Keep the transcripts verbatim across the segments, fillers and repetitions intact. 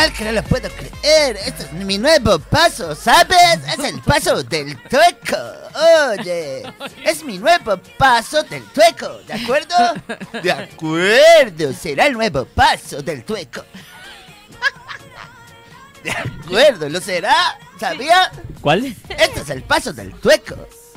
es que no lo puedo creer. Este es mi nuevo paso, ¿sabes? Es el paso del tueco. Oye, es mi nuevo paso del tueco, ¿de acuerdo? De acuerdo, será el nuevo paso del tueco. De acuerdo, ¿lo será? ¿Sabía? ¿Cuál? Este es el paso del tueco.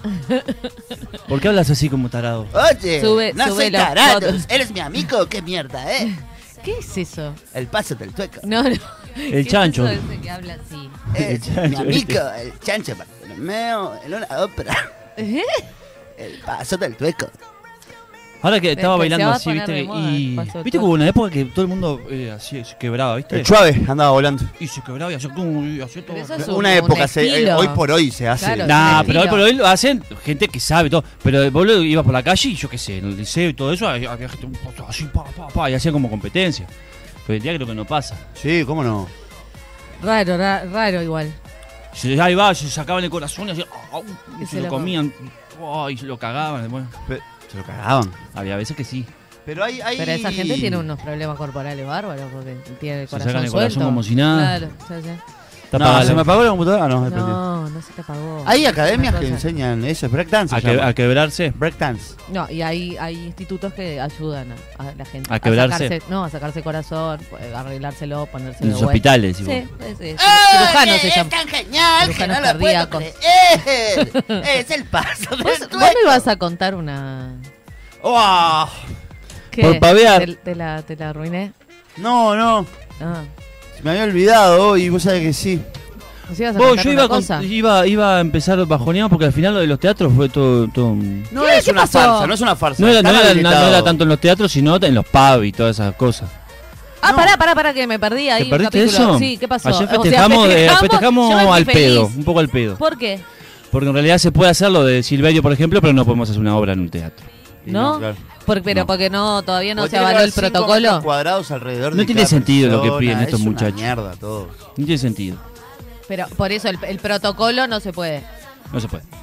¿Por qué hablas así como tarado? Oye, Sube- no sube soy los tarado. fotos. ¿Eres mi amigo? ¿Qué mierda, eh? ¿Qué es eso? El paso del tueco. No, no. El ¿Qué chancho. Es eso ese que habla así? Es El chancho, mi amigo, este. el chancho Bartolomeo, en una ópera. ¿Eh? El paso del tueco. Ahora que estaba que se bailando va a así, poner viste, de moda y el paso del viste que tueco. hubo una época que todo el mundo eh, así se quebraba, viste. El Chuave andaba volando. Y se quebraba y hacía como y hacía todo. Pero eso es Una un- época, un se, eh, estilo. hoy por hoy se hace. Claro. Nah, un pero hoy estilo. por hoy lo hacen gente que sabe todo. Pero vos lo ibas por la calle y yo qué sé, en el liceo y todo eso, había había gente un poco así, pa, pa, pa, y hacían como competencia. Pero hoy en día creo que no pasa. Sí, ¿cómo no? Raro, ra- raro igual. Se, ahí va, se sacaban el corazón y hacían, au, y Y se, se lo lo comían, oh, y se lo cagaban. Bueno, Pe- se lo cagaban. había veces que sí. Pero hay, hay... Pero esa gente tiene unos problemas corporales bárbaros porque tiene el Se corazón sacan el suelto. corazón como si nada. Claro, sí, sí. Está No, apagada ¿se la- me apagó la computadora? No, depende. No, no se te apagó. Hay academias Una que cosa. enseñan eso, es breakdance. a, se que- llama. a quebrarse. Breakdance. No, y hay, hay institutos que ayudan a, a la gente ¿A quebrarse? sacarse, no, a sacarse corazón, a arreglárselo, ponérselo En de los vuelta. hospitales. Sí, igual. es, es, ¡Oye, cirujano se es llama. tan genial que Cirujanos no lo puedo cardíacos. creer! Es el paso ¿Vos, del vos tueco. me ibas a contar una... ¡Oh! ¿Qué? Por pavear. ¿Te, te la, ¿Te la arruiné? No, no. Ah, Me había olvidado hoy, vos sabés que sí. ¿nos ibas a Vos, contar yo una iba, con- cosa? iba, iba a empezar bajoneado porque al final lo de los teatros fue todo... todo No ¿Qué? es ¿Qué una pasó? farsa, no es una farsa. no, era, no, Están era, no- no era habilitados. tanto en los teatros, sino en los pubs y todas esas cosas. Ah, No. pará, pará, pará, que me perdí ahí ¿Te un perdiste capítulo. eso? Sí, ¿qué pasó? Ayer O sea, festejamos, eh, festejamos yo me fui al pedo, feliz. un poco al pedo. ¿Por qué? Porque en realidad se puede hacer lo de Silverio, por ejemplo, pero no podemos hacer una obra en un teatro. Y ¿No? claro. Por- pero No. porque no, todavía no Porque se tiene que avaló haber el cinco protocolo. metros cuadrados alrededor No de tiene cada sentido lo que persona, piden estos es muchachos. Una mierda todo. No tiene sentido. Pero por eso el, el protocolo no se puede. No se puede.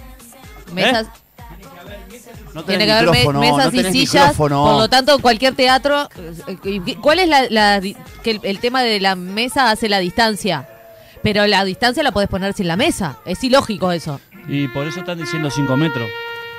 Mesas, No tiene tenés que haber me- micrófono, mesas no tenés y sillas. micrófono. Por lo tanto, cualquier teatro. eh, ¿Cuál es la, la di- que el, el tema de la mesa hace la distancia? Pero la distancia la podés poner sin la mesa. Es ilógico eso. Y por eso están diciendo cinco metros.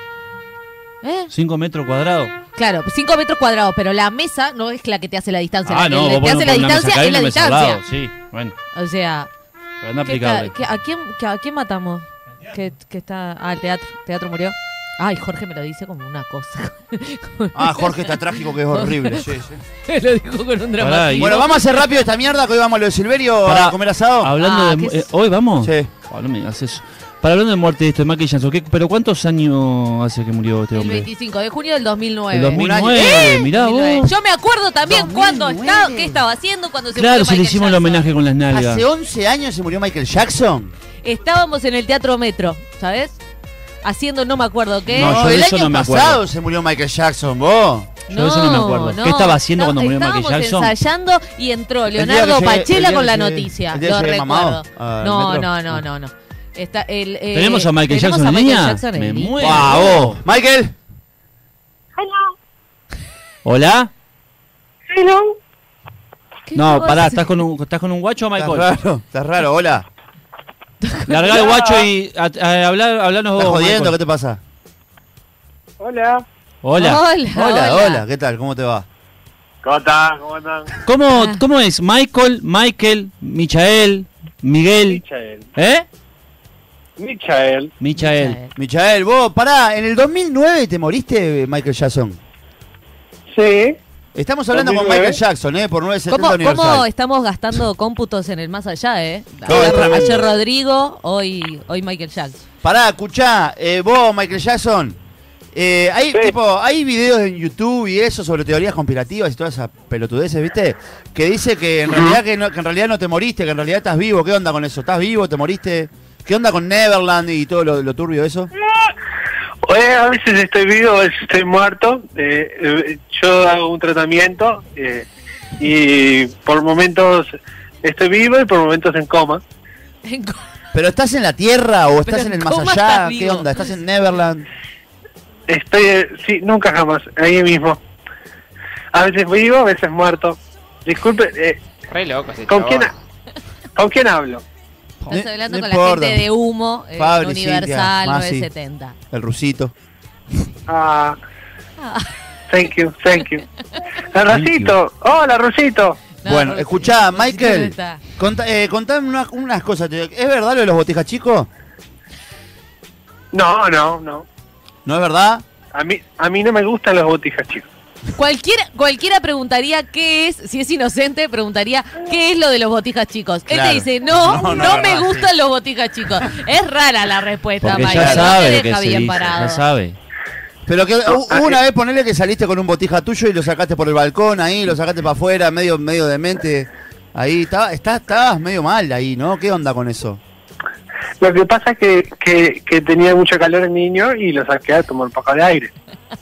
¿Eh? cinco metros cuadrados. Claro, cinco metros cuadrados, pero la mesa no es la que te hace la distancia. Ah, la no, que vos te hace pones la una mesa distancia acá y es la una mesa al lado. distancia. Sí, bueno, O sea, pero no ¿qué aplicable. ta- qué- ¿a, quién, qué- ¿a quién matamos? Que, que está. Ah, el teatro. Teatro murió. Ay, Jorge me lo dice como una cosa. Ah, Jorge está trágico, que es horrible. Sí, sí. Me lo dijo con un Pará, drama. y- Bueno, vamos a hacer rápido esta mierda, que hoy vamos a lo de Silverio Pará, a comer asado. Hablando Ah, de... ¿qué eh, es? ¿Hoy vamos? Sí. Ah, no me digas eso. Para hablando de muerte de esto, de Michael Jackson, ¿qué- ¿pero cuántos años hace que murió este El hombre? veinticinco de junio del dos mil nueve. El dos mil nueve, ¡Eh! mirá dos mil nueve. vos. Yo me acuerdo también dos mil cuándo nueve. estaba, qué estaba haciendo cuando se Claro, murió se le Michael hicimos el Jackson. homenaje con las nalgas. Hace once años se murió Michael Jackson. Estábamos en el Teatro Metro, ¿sabes? Haciendo no me acuerdo qué. No, yo No, de el eso año no me pasado acuerdo. se murió Michael Jackson, vos. Yo de eso no me acuerdo. ¿Qué estaba haciendo cuando murió Michael estábamos Jackson? ensayando y entró día Leonardo que llegué- el Pachela día con que la llegué- noticia. el día Lo que llegué recuerdo. mamado al No, metro. no, no, no, no. Está el, eh, ¿Tenemos a Michael tenemos Jackson a en Michael línea? Jackson en Me línea. muero. Wow. Michael. ¿Hola? ¿Qué No, cosa? pará, ¿estás con un, ¿estás con un guacho o Estás Michael? raro, estás raro, hola. Largá el guacho y a, a, hablar, hablarnos ¿Estás vos, jodiendo? Michael. ¿Qué te pasa? Hola. Hola. Hola, Hola, hola, ¿qué tal? ¿Cómo te va? ¿Cómo están? ¿Cómo están? ¿Cómo, Ah. ¿Cómo es? Michael, Michael, Michael, Miguel. Michael. ¿Eh? Michael. Michael. Michael, vos, pará, en el dos mil nueve te moriste, Michael Jackson. Sí. Estamos hablando ¿dos mil con nueve? Michael Jackson, ¿eh? Por nueve setenta ¿Cómo, Universal. ¿Cómo estamos gastando cómputos en el más allá, eh? Todo es tremendo. Ayer Rodrigo, hoy, hoy Michael Jackson. Pará, escuchá, eh, vos, Michael Jackson, eh, hay, Sí. tipo, hay videos en YouTube y eso sobre teorías conspirativas y todas esas pelotudeces, ¿viste? Que dice que en realidad que, no, que en realidad no te moriste, que en realidad estás vivo. ¿Qué onda con eso? ¿Estás vivo? ¿Te moriste? ¿Qué onda con Neverland y todo lo, lo turbio de eso? Oye, a veces estoy vivo, a veces estoy muerto. Eh, eh, yo hago un tratamiento eh, y por momentos estoy vivo y por momentos en coma. ¿Pero estás en la Tierra o estás Pero en el más ¿cómo allá? estás ¿Qué vivo? onda? ¿Estás en Neverland? Estoy, eh, sí, nunca jamás, ahí mismo. A veces vivo, a veces muerto. Disculpe, eh, Re loco ese ¿Con chabón. quién, ha- ¿Con quién hablo? Estás No- hablando no con importa. la gente de Humo, eh, Fabri, Universal Cintia, Masi. novecientos setenta. El rusito. Ah, Ah, thank you, thank you. El Rosito. Hola, Rosito. no, bueno, Rosito, escuchá, Rosito Michael. no está. Conta, eh, contame unas, unas cosas. te- ¿Es verdad lo de los botijas chicos? No, no, no. ¿No es verdad? A mí, a mí no me gustan los botijas chicos. Cualquiera, cualquiera preguntaría qué es, si es inocente, preguntaría qué es lo de los botijas chicos. Él Claro. te dice, no, No, no, no, me no. gustan los botijas chicos. Es rara la respuesta, Porque Michael. ya no sabe te lo que deja se bien dice, parado. ya sabe. Pero que No, hubo ah, una eh. vez ponele que saliste con un botija tuyo y lo sacaste por el balcón ahí, lo sacaste para afuera, medio, medio demente. Ahí, estaba, está, estabas medio mal ahí, ¿no? ¿Qué onda con eso? Lo que pasa es que, que, que tenía mucho calor el niño y lo saqué a tomar un poco de aire.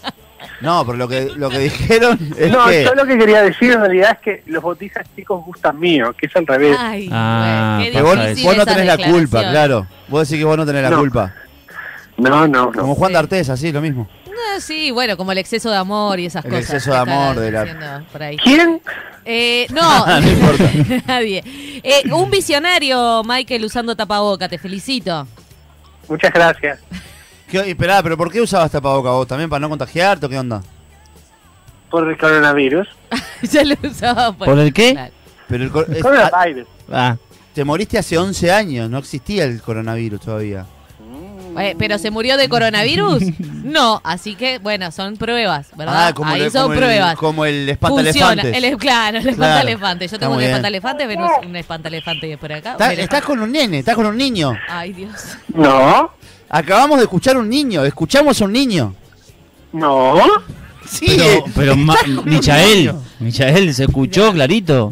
No, pero lo que, lo que dijeron es No, que... yo lo que quería decir en realidad es que los botijas chicos gustan míos, que es al revés. Ay, Ah, güey, qué que vos, difícil vos no esa tenés la culpa, declaración. claro. Vos decís que vos no tenés la No. culpa. No, no, Como no. Juan Sí. D'Artes, así, lo mismo. No, sí, bueno, como el exceso de amor y esas El cosas. exceso de que están amor de la- diciendo por ahí. ¿Quién? Eh, no, No importa. nadie. Eh, un visionario, Michael, usando tapaboca, te felicito. Muchas gracias. ¿Qué, esperá, pero ¿por qué usabas tapaboca vos? ¿También para no contagiarte o qué onda? Por el coronavirus. Ya lo usaba por, ¿Por el qué? Claro. Pero el cor- es- ah, Coronavirus. Ah, te moriste hace once años, no existía el coronavirus todavía. Eh, ¿Pero se murió de coronavirus? No, así que, bueno, son pruebas, ¿verdad? Ah, como, Ahí el, son como, el, pruebas. como el Funciona. espantaelefantes. El, claro, el Claro. espantalefante. Yo Está tengo un muy bien. espantalefante, Venus, un espantalefante por acá. Está- un estás con un nene, estás con un niño. Ay, Dios. No, Acabamos de escuchar un niño, escuchamos a un niño. no. Sí, pero, pero ma- estás con un Michael, niño. Michael, se escuchó clarito.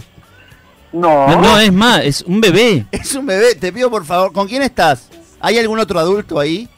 No. No, no, es más, es un bebé. Es un bebé, te pido por favor, ¿con quién estás? ¿Hay algún otro adulto ahí?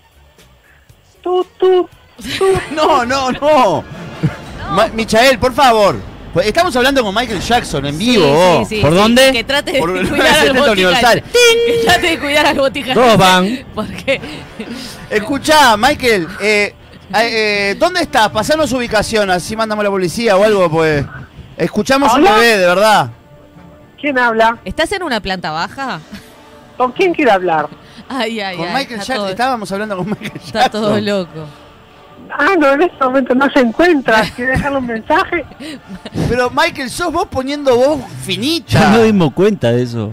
Tú, tú. No, no, no. Ma- Michael, por favor. Pues estamos hablando con Michael Jackson en vivo. Sí, vos. sí, sí, ¿Por sí. dónde? Que trate de Por el cuidar al setenta botija. Universal. Que trate de cuidar al botija. Todos van. Porque Escuchá, Michael, eh, eh, ¿dónde estás? Pasanos su ubicación, así mandamos a la policía o algo, pues. Escuchamos un ¿Hola? bebé, de verdad. ¿Quién habla? ¿estás en una planta baja? ¿Con quién quiere hablar? Ay, ay, Con ay. Michael está Jackson, todo- estábamos hablando con Michael Jackson. Está todo loco. Ah, no, en este momento no se encuentra. ¿Quiere dejarle un mensaje? Pero Michael, sos vos poniendo voz finita. Ya nos dimos cuenta de eso.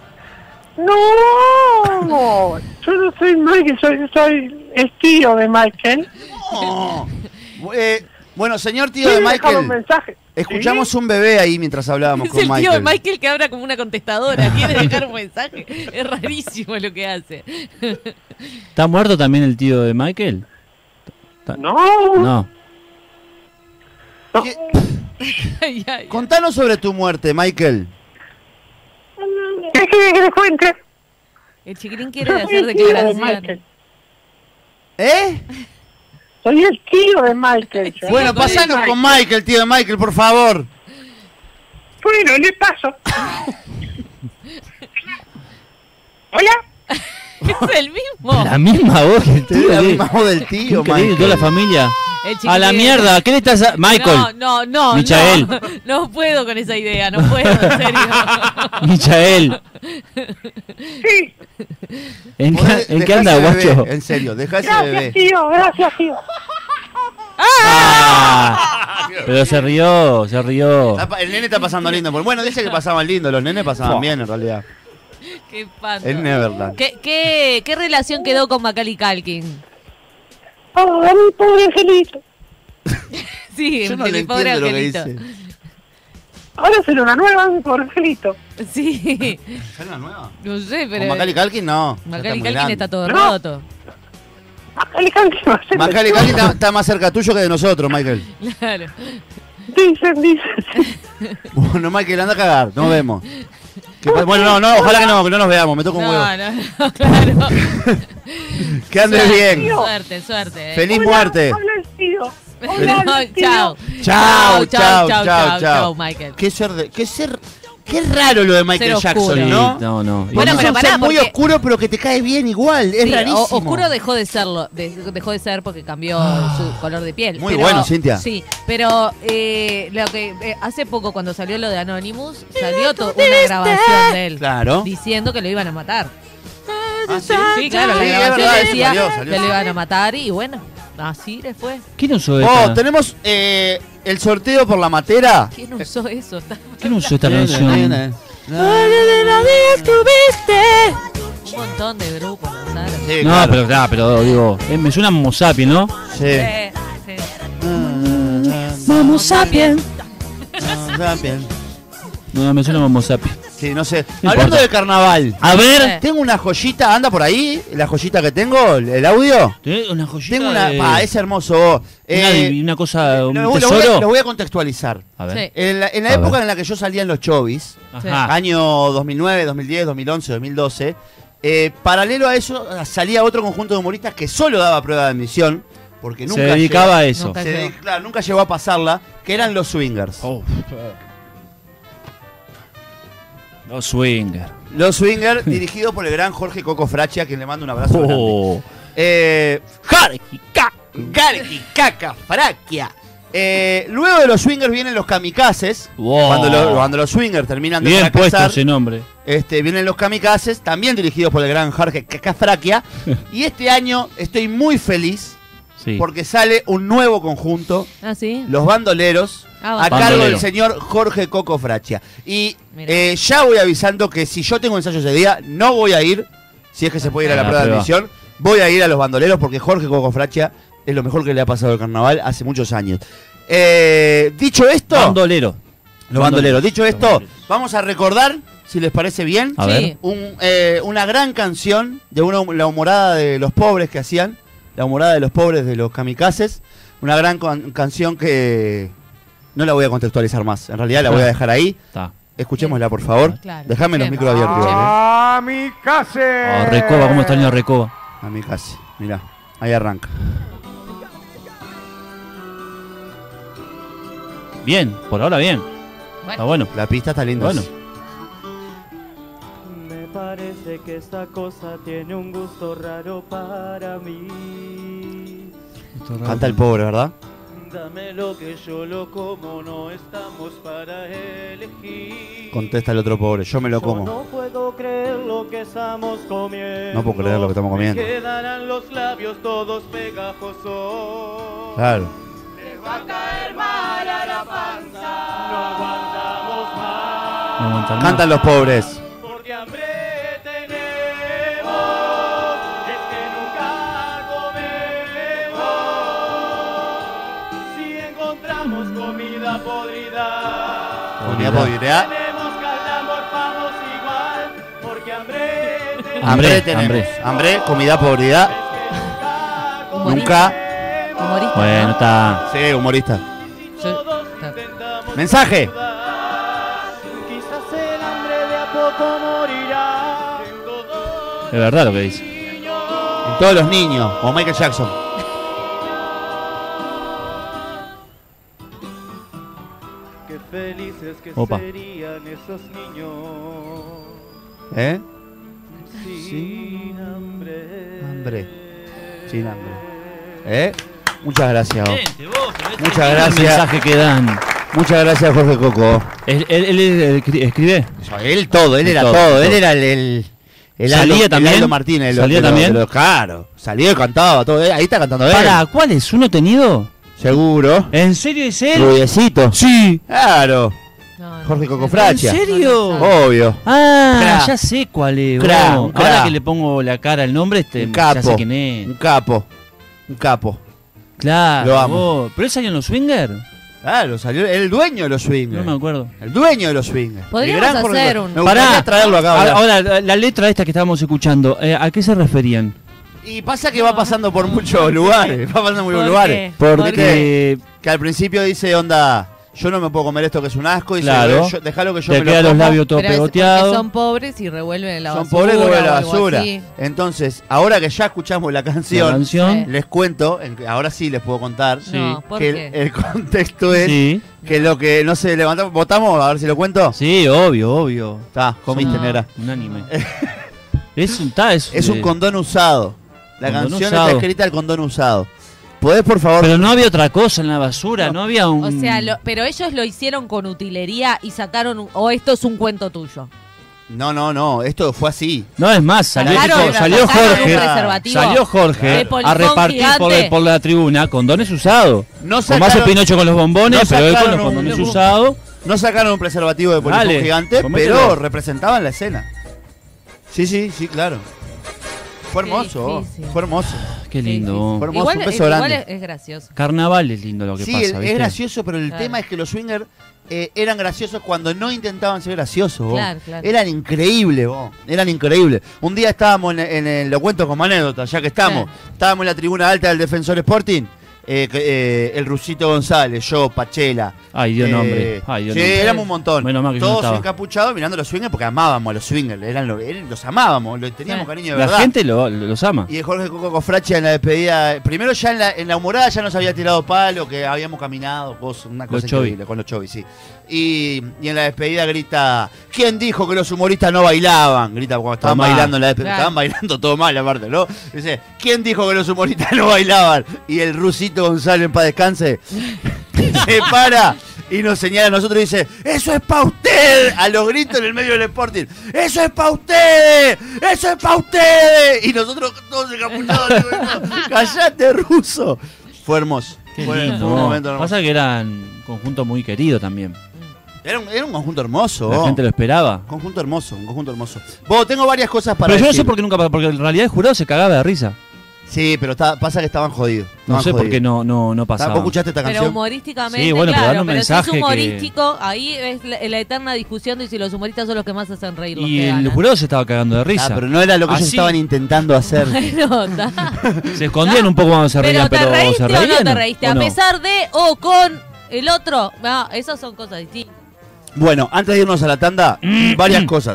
No, yo no soy Michael, soy, soy el tío de Michael. No. Eh, bueno, señor tío de ¿Quiere dejarle un Michael, mensaje? escuchamos ¿Sí? un bebé ahí mientras hablábamos Es con el tío Michael. de Michael que habla como una contestadora. Quiere dejar un mensaje. Es rarísimo lo que hace. ¿Está muerto también el tío de Michael? No. No. no. ¿Qué? Ay, ay, ay. Contanos sobre tu muerte, Michael. ¿Qué quiere que le cuente? El chiquilín quiere Soy hacer el tío de declaraciones. Michael. ¿Eh? Soy el tío de Michael. yo. Bueno, con pasanos Michael. con Michael, tío de Michael, por favor. Bueno, le paso. Hola. Es el mismo. La misma voz que el Te doy tío. la ¿qué? misma voz del tío, Increíble, Michael. toda la familia. El chiquilín. A la mierda, ¿qué le estás a... Michael, No, no, no. Michael. No, no puedo con esa idea. No puedo, en serio. Michael, Sí, ¿en qué, Podés- en qué dejá anda, ese bebé, guacho? En serio, deja ese gracias, bebé. tío, gracias, tío. Ah, pero se rió, se rió. Está pa- El nene está pasando lindo. porque- Bueno, dice que pasaban lindo, los nenes pasaban Fua. bien en realidad. Qué espanto. El Neverland. ¿Qué, qué, ¿Qué relación quedó con Macaulay Culkin? Oh, mi pobre angelito. Sí, Yo no mi le pobre entiendo lo que angelito. dice. Ahora será una nueva, mi pobre angelito. Sí, ¿Sale una nueva? no sé, pero. Con Macaulay Culkin no. ya Macaulay muy Culkin grande. está todo No. roto. Macaulay Culkin va a ser Macaulay el Culkin tío. está, está más cerca tuyo que de nosotros, Michael. Claro. Dicen, dicen. Bueno, Michael, anda a cagar, nos vemos. Que pa- Bueno, no, no, ojalá que no, que no nos veamos, me toca un huevo. No, no, no, claro. Que andes Suerte, bien. Suerte, suerte. eh. Feliz Hola, muerte. Habla el tío. No, Hola, el tío. chao. Chao, chao, chao, chao, chao. Michael. Qué ser, de, qué ser, Qué raro lo de Michael Ser Jackson, oscuro. ¿no? Sí, no, no. Porque Bueno, es pero un pará, ser muy porque- oscuro, pero que te cae bien igual. Es Sí, rarísimo. o- oscuro dejó de serlo, de- dejó de ser porque cambió su color de piel. Muy Pero- bueno, Cintia. Sí, pero eh, lo que eh, hace poco cuando salió lo de Anonymous, salió to- una grabación de él Claro. diciendo que lo iban a matar. ¿Ah, sí? Sí, claro, Sí, la es grabación verdad, decía salió, salió. que lo iban a matar y bueno, así le fue. ¿Quién usó Oh, esta? tenemos eh, el sorteo por la matera. ¿Quién usó eso? ¿Quién usó esta canción? Un montón de grupos lo usaron. Sí, No, claro. pero, claro, pero digo, eh, me suena a Momo Sapien, ¿no? Sí. Sí, sí. Momo Sapien. Ah, también. No, me suena a Momo Sapien. Sí, no sé. No Hablando importa. de carnaval. A ver. Sí. Tengo una joyita, anda por ahí, la joyita que tengo, el audio. ¿Tenés una joyita? Tengo una, de- pa, es hermoso. una, Eh, di- una cosa, un lo, lo voy a, tesoro. lo voy a contextualizar. A ver. Sí. En la, en la A época ver. en la que yo salía en los chovis, Ajá. año dos mil nueve, dos mil diez, dos mil once, dos mil doce, eh, paralelo a eso salía otro conjunto de humoristas que solo daba prueba de admisión, porque nunca Se dedicaba llegó, a eso. Nunca. se dedi- claro, nunca llegó a pasarla, que eran los swingers. Oh. Los Swinger. Los swingers dirigidos por el gran Jorge Coco Fraccia, a quien le mando un abrazo grande. Oh. Eh, Jarjica, Jarjicaca, Fracchia. Eh, luego de los swingers vienen los kamikazes. Wow. Cuando, lo- cuando los swingers terminan de Bien puesto fracasar, ese nombre. este, vienen los kamikazes, también dirigidos por el gran Jarjicaca Fracchia. Y este año estoy muy feliz Sí. porque sale un nuevo conjunto, Ah, sí. Los Bandoleros, Ah, a Bandolero. cargo del señor Jorge Coco Fracchia. Y Mira. eh, ya voy avisando que si yo tengo ensayo ese día, no voy a ir, si es que se puede ir a la Ah, prueba de prueba. admisión, voy a ir a Los Bandoleros porque Jorge Coco Fracchia es lo mejor que le ha pasado al carnaval hace muchos años. Eh, dicho esto, Bandolero. Los Bandoleros, dicho Los esto, Bandoleros. vamos a recordar, si les parece bien, A Sí. ver. un, eh, una gran canción de una, la humorada de los pobres que hacían, la humorada de los pobres de los kamikazes, una gran con- canción que no la voy a contextualizar más, en realidad la voy a dejar ahí. Está. Escuchémosla, por favor. Claro. Dejame los Escuchemos. micros abiertos. igual, eh. Kamikaze. Oh, Recoba, ¿cómo extraño a Recoba? Kamikaze, mirá, ahí arranca. Bien, por ahora bien. Está bueno. La pista está linda. Bueno. Me parece que esta cosa tiene un gusto raro para mí. Canta el pobre, ¿verdad? Dame lo que yo lo como, no estamos para elegir. Contesta el otro pobre, yo me lo Yo como. no puedo creer lo que estamos comiendo. No puedo creer lo que estamos comiendo. Me quedarán los labios todos pegajosos. Claro. Les va a caer mal a la panza. No aguantamos más. No aguantan más. Cantan los pobres. Porque hambre tenemos, es que nunca comemos. Si encontramos comida podrida, Comida podrida. tenemos que la morfamos igual. Porque hambre tenemos, Hambre Hambre, tenemos. hambre. Hambre, comida podrida. Nunca. Humorista. Bueno, está. Sí, humorista. Yo- intentamos Mensaje. ayudar. Quizás el hambre de a poco morirá. En todo Es verdad lo que dice. niño. En todos los niños, como Michael Jackson. Qué felices que Opa. serían esos niños ¿Eh? sin hambre. Hambre. Sin hambre. ¿Eh? Muchas gracias. oh. Gente, vos, pero este Muchas es el gracias. mensaje que dan. Muchas gracias, Jorge Coco. Él, él- él- él escri- escribe. Él todo, él Él era todo, todo, todo. él era el, el, el ¿Salía Aldo- el también? Aldo Martínez. el- ¿Salía de los- también? de los- claro, salía y cantaba todo. Ahí está cantando él. Para, ¿cuál es? ¿Uno tenido? Seguro. ¿En serio es él? Rubiecito. Sí. Claro, No, no. Jorge Coco ¿En Fracchia. serio? Obvio. Ah, Cra. ya sé cuál es. Cra, vos. un cra. Ahora que le pongo la cara al nombre, este, Un ya capo. sé quién es. Un capo. Un capo. Claro. Lo amo. vos. ¿Pero él salió en los Swinger? Claro, salió el dueño de los swingers. No me acuerdo. El dueño de los swingers. Podríamos El gran Jorge hacer Coco. un- Me gustaría Pará. traerlo acá. a hablar. Ahora, la, la letra esta que estábamos escuchando, eh, ¿a qué se referían? Y pasa que va pasando por muchos lugares. Va pasando por muchos ¿Por lugares. qué? Porque ¿Por qué? Que al principio dice onda, yo no me puedo comer esto que es un asco, y Claro. dice, yo, dejalo que yo Te me lo quedan los como. labios todo Pero es porque pegoteados. son pobres y revuelven la Son basura. pobres, revuelven la o algo basura. así. Entonces, ahora que ya escuchamos la La canción, canción. Sí. les cuento, en- ahora sí les puedo contar, Sí. No, ¿por que qué? el, el contexto es Sí, que lo que no se levantó, ¿votamos? A ver si lo cuento. sí, obvio, obvio. Está, comiste, No. negra. Unánime. es un ta, es, Es un eh, condón usado. La Condón canción usado. está escrita el condón usado. ¿Podés, por favor? Pero no había otra cosa en la basura, no, había un. O sea, lo- pero ellos lo hicieron con utilería y sacaron, un- o esto es un cuento tuyo. No, no, no, esto fue así. No, es más, salió, Sacaron- tipo, salió sacaron un Jorge. preservativo Salió Jorge de a polifón repartir por, gigante. por la tribuna condones usados. No Como hace sacaron- Pinocho con los bombones, no pero él con sacaron los un- condones un- usados. No sacaron un preservativo de polifón Dale, gigante, comételo. pero representaban la escena. Sí, sí, sí, claro. Fue Qué hermoso, difícil. fue hermoso. Qué lindo. Fue hermoso, Igual, un beso igual grande. es, es gracioso. Carnaval es lindo lo que Sí, pasa, es, ¿viste? es gracioso, pero el Claro. tema es que los swingers eh, eran graciosos cuando no intentaban ser graciosos. vos. Claro, claro. Eran increíbles, vos. Eran increíbles. Un día estábamos en, en el, lo cuento como anécdota, ya que estamos. Estábamos en la tribuna alta del Defensor Sporting. eh, que, eh, el Rusito González, yo, Pachela. Ay, dio eh, nombre. Ay, dio sí, nombre. éramos un montón. Menos mal que yo no Todos estaba. encapuchados mirando a los swingers porque amábamos a los swingers. Eran los, eran- los amábamos, los teníamos Sí. cariño de La verdad. gente lo- los ama. Y el Jorge Coco Cofracha en la despedida, primero ya en la, en la humorada ya nos había tirado palo, que habíamos caminado, cosa- una cosa Los Chovi. increíble, con los chovis, sí. Y, y en la despedida grita, ¿quién dijo que los humoristas no bailaban? Grita cuando estaban Tomá. bailando en la despedida, Claro. estaban bailando todo mal aparte, ¿no? Dice, ¿quién dijo que los humoristas no bailaban? Y el Rusito González, en paz descanse, se para y nos señala a nosotros y dice, ¡eso es pa' usted! A los gritos en el medio del Sporting, ¡eso es pa' ustedes! ¡Eso es pa' ustedes! Y nosotros todos encapuchados, ¡callate, ruso! Fue hermoso. Qué fue, lindo. fue un momento hermoso. Pasa que eran un conjunto muy querido también. Era, un, era un conjunto hermoso. La vos. gente lo esperaba. Conjunto hermoso, un conjunto hermoso. Vos, tengo varias cosas para Pero yo no decir. sé por qué nunca pasó, porque en realidad el jurado se cagaba de risa. Sí, pero está- pasa que estaban jodidos. No estaban sé por jodidos. qué no, no, no ¿Vos pasaba. escuchaste esta Pero canción? humorísticamente, Sí, bueno, pero claro, dan un pero si mensaje es que- humorístico, ahí es la, la eterna discusión de si los humoristas son los que más hacen reír. los Y que el ganan. jurado se estaba cagando de risa. Ah, pero no era lo que ellos Así. estaban intentando hacer. Bueno, está. Se escondían un poco cuando se Pero reían, ¿te pero reíste se o reían. no te reíste? ¿o A no? pesar de o con el otro. No, esas son cosas distintas. Bueno, antes de irnos a la tanda, varias cosas.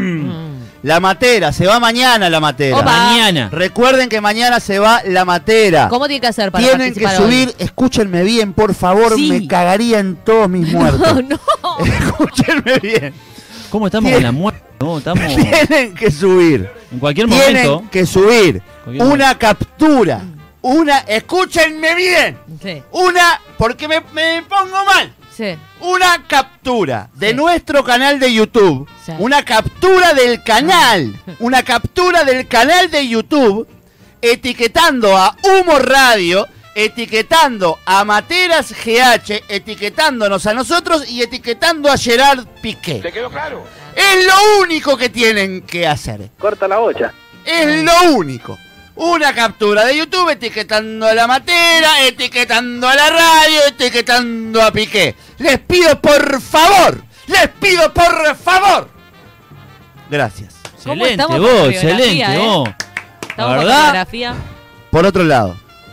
La matera, se va mañana la matera. Opa. Mañana. Recuerden que mañana se va la matera. ¿Cómo tiene que hacer para Tienen que participar hoy? subir, escúchenme bien, por favor, Sí. me cagaría en todos mis muertos. No, no. Escúchenme bien. ¿Cómo estamos con la muerte? No, estamos Tienen que subir. en cualquier Tienen momento. que subir Cualquier una captura. Una, escúchenme bien. Sí, Una, porque me, me pongo mal. sí. Una captura de Sí. nuestro canal de YouTube. Sí. Una captura del canal. Una captura del canal de YouTube. Etiquetando a Humo Radio. Etiquetando a Materas G H. Etiquetándonos a nosotros. Y etiquetando a Gerard Piqué. ¿Te quedó claro? Es lo único que tienen que hacer. Corta la bocha. Es lo único. Una captura de YouTube etiquetando a la Matera, etiquetando a la radio, etiquetando a Piqué. Les pido por favor, les pido por favor. Gracias. ¿Cómo Excelente, estamos vos, con coreografía, excelente, eh? vos. Estamos La con verdad, coreografía. Por otro lado,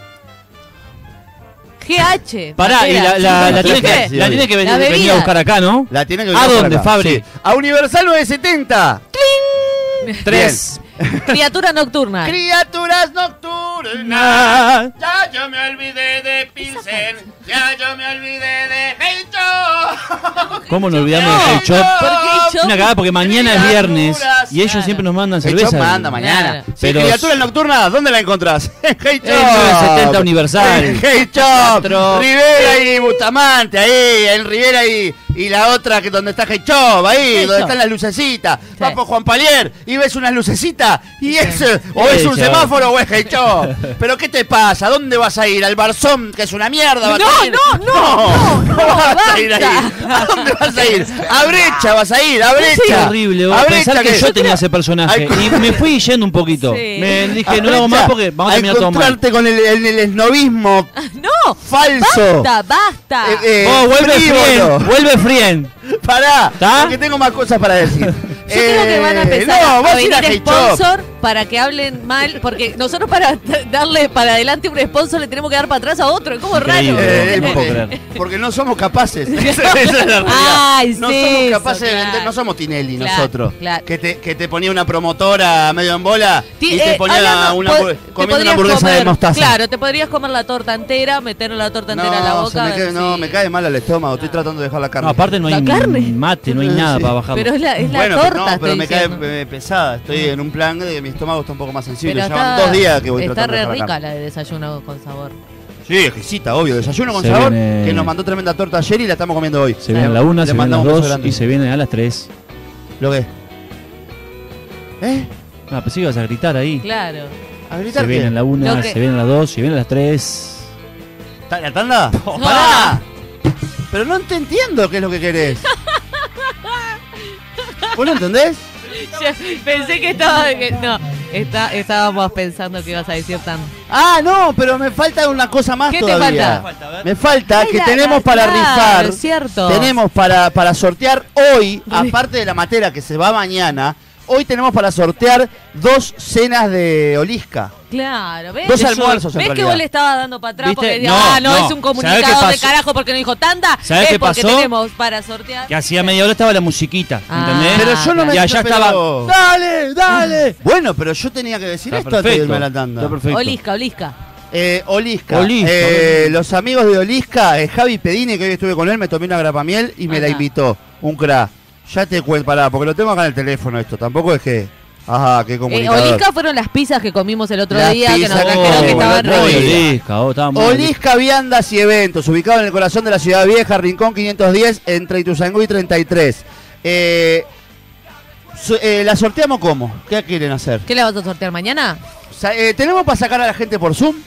G H. pará, y la, la, la, La tiene, bebida. que, la tiene que venir, La venir a bebida. buscar acá, ¿no? la tienen que ¿A venir por dónde, acá. Fabri? Sí. A Universal nueve setenta. Tres. Criatura nocturna. Criaturas nocturnas. Ya yo me olvidé de Pilsen. Ya yo me olvidé de Hey Joe. ¿Cómo no olvidamos de No, Hey Chop? ¿por qué Hey Chop? Una cagada porque mañana es viernes Criaturas. y ellos Claro. siempre nos mandan Hey cerveza. Joe manda mañana. Claro. Sí, Pero- criaturas nocturnas, ¿dónde la encontrás? En Hey Joe. En nueve setenta Universal. En Hey Joe. Cuatro. Rivera y Bustamante, ahí, en Rivera y, y la otra que donde está Hey Joe, ahí, Hey donde Joe. están las lucecitas. Vas por Juan Palier y ves unas lucecitas y es, eh, o Hey es un Joe. semáforo o es Hey Joe. Pero ¿qué te pasa? ¿Dónde vas a ir? ¿Al Barzón, que es una mierda? ¿Vas No, a ir? no, no, no, no, vas a ir ahí. basta. ¿A dónde vas a ir? A Brecha vas a ir, a Qué Brecha. horrible, A vos. Brecha Pensar que yo tenía ese personaje. Ay, Y me fui yendo un poquito. Sí. Me dije, a no lo hago Brecha, más porque vamos a terminar todo mal. encontrarte con el, el, el esnovismo No. falso. Basta, basta. Eh, eh, Vos, vuelve frívolo. Frien, vuelve Frien. Pará, ¿Tá? porque tengo más cosas para decir. Yo creo que van a Eh, empezar no, a vos venir ir a Hey sponsor para que hablen mal, porque nosotros para darle para adelante un sponsor le tenemos que dar para atrás a otro, es como raro. Increíble. Eh, no puedo porque, creer. porque no somos capaces. Esa es la realidad. Ay, no sí, somos eso, capaces de claro. vender, no somos Tinelli Claro, nosotros. claro. Que te, que te ponía una promotora medio en bola Ti- y te eh, ponía hablando, una, po- hamburg- te comiendo una podrías hamburguesa de comer- mostaza. Claro, te podrías comer la torta entera, meterle la torta entera a la No, boca. se me cae, no, sí. me cae mal al estómago, estoy tratando de dejar la carne. No, aparte no hay ¿La carne? mate, no hay Sí. nada para bajarlo. Pero es la, es la bueno, torta. pero no, pero estoy me cae diciendo. eh, pesada. Estoy en un plan de que mi estómago está un poco más sensible. Pero Llevan está, dos días que voy está tratando de re dejar la rica carne. la de desayuno con sabor. Sí, exquisita, obvio. Desayuno con Se sabor, viene- que nos mandó tremenda torta ayer y la estamos comiendo hoy. Se viene a la una, Le se viene a las mandamos un beso dos grande. y se viene a las tres. ¿Lo qué? ¿Eh? Ah, pensé que ibas a gritar ahí. Claro. ¿A gritar Se viene qué? a la una, Lo que- se viene a las dos, se viene a las tres. ¿Ta- ¿La tanda? No. ¡Pará! Pero no te entiendo qué es lo que querés. ¿Vos no entendés? Yo pensé que estaba. que- no, está, estábamos pensando que ibas a decir tan. Ah, no, pero me falta una cosa más ¿Qué te todavía. falta? Me falta Ay, que la- tenemos la- para claro, rifar. es cierto. Tenemos para, para sortear hoy, aparte de la materia que se va mañana, hoy tenemos para sortear dos cenas de Olisca. Claro, ¿ves? Dos Eso- almuerzos, en ¿Ves que realidad. vos le estabas dando para atrás ¿Viste? porque decía, No, ah, no, no. es un ¿Sabés comunicado qué de pasó? carajo porque no dijo tanda? ¿Sabés es qué porque pasó? tenemos para sortear. Que hacía media hora estaba la musiquita, Ah, ¿entendés? Pero yo no me Y allá pero- estaba. ¡Dale, dale! Bueno, pero yo tenía que decir Está esto antes de perfecto. irme a la tanda. Está perfecto. Olisca, Olisca. Eh, Olisca. Olisca, Eh, Olisca. los amigos de Olisca, eh, Javi Pedini, que hoy estuve con él, me tomé una grapamiel y me la Ajá. invitó. Un crack. Ya te cuento, pará, porque lo tengo acá en el teléfono esto. Tampoco es que. Ajá, qué Eh, comunicador. Olisca fueron las pizzas que comimos el otro Las día, que nos pizzas que trajeron que comimos estaban el otro re día. ricas. Olisca, oh, estaba muy Olisca Viandas y Eventos, ubicado en el corazón de la ciudad vieja, Rincón quinientos diez, entre Ituzaingó y treinta y tres. Eh, so- eh, ¿La sorteamos cómo? ¿Qué quieren hacer? ¿Qué le vas a sortear mañana? Sa- eh, ¿Tenemos para sacar a la gente por Zoom?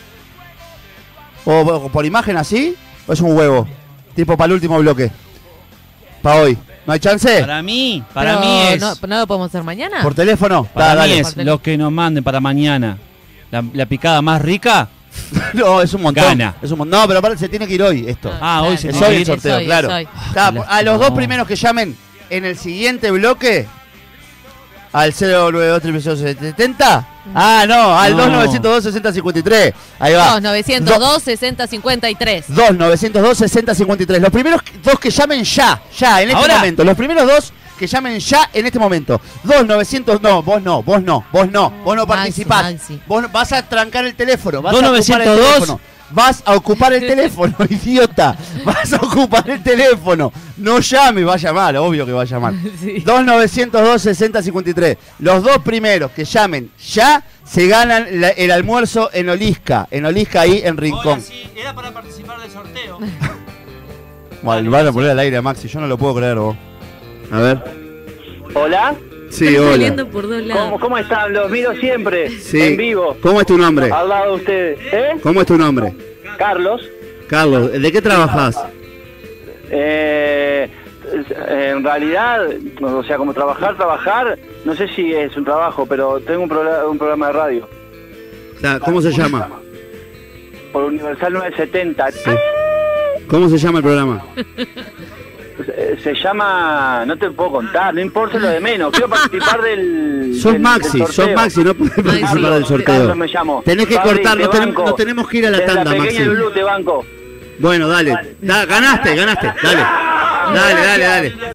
¿O, o por imagen así? ¿O es un huevo? Tipo para el último bloque. Para hoy. ¿No hay chance? Para mí, para Pero, mí es. ¿no, ¿No lo podemos hacer mañana? ¿Por teléfono? Para Da, mí dale. es los que nos manden para mañana la, la picada más rica. No, es un montón. Gana. Es un mon- No, pero aparte se tiene que ir hoy esto. Ah, hoy se Es tiene hoy que el ir. sorteo, Es hoy, claro. es hoy. Está, Qué a los dos lástima. primeros que llamen en el siguiente bloque al cero nueve dos cero cero setenta. Ah, no, al No. dos novecientos dos sesenta cincuenta y tres. Ahí va. dos novecientos dos sesenta cincuenta y tres. dos novecientos dos sesenta cincuenta y tres. Los primeros dos que llamen ya, ya, en este ¿Ahora? momento. Los primeros dos que llamen ya en este momento. dos novecientos, no, vos no, vos no, vos no, vos no Maxi, participás. Maxi. Vos no- vas a trancar el teléfono, vas dos a ocupar el novecientos dos. teléfono. Vas a ocupar el teléfono, idiota. Vas a ocupar el teléfono. No llame, va a llamar, obvio que va a llamar. Sí. dos novecientos dos sesenta cincuenta y tres. Los dos primeros que llamen ya se ganan la- el almuerzo en Olisca. En Olisca ahí en Rincón. era para participar del sorteo. Bueno, van a poner al aire a Maxi, yo no lo puedo creer vos. A ver. Hola, Sí, Están hola. saliendo por dos lados. ¿cómo, cómo están? Los miro siempre, Sí. en vivo, ¿Cómo es tu nombre? al lado de ustedes. ¿Eh? ¿Cómo es tu nombre? Carlos, Carlos, ¿de qué trabajas? eh, en realidad, o sea, como trabajar, trabajar, no sé si es un trabajo, pero tengo un, progra- un programa de radio, O sea, ¿cómo se llama? por Universal novecientos setenta. ¿Cómo se llama el programa? Eh, Se llama, no te puedo contar, no importa lo de menos, quiero participar del... Sos del- Maxi, del sos sorteo. Maxi, no podés participar sí. del sorteo. Carlos me llamo. Tenés que Fabri, cortar, te nos tenemos, banco. nos tenemos que ir a la Desde tanda, la pequeña Maxi. Lulú te banco. Bueno, dale. Da- ganaste, ganaste. Dale. Dale, dale, dale.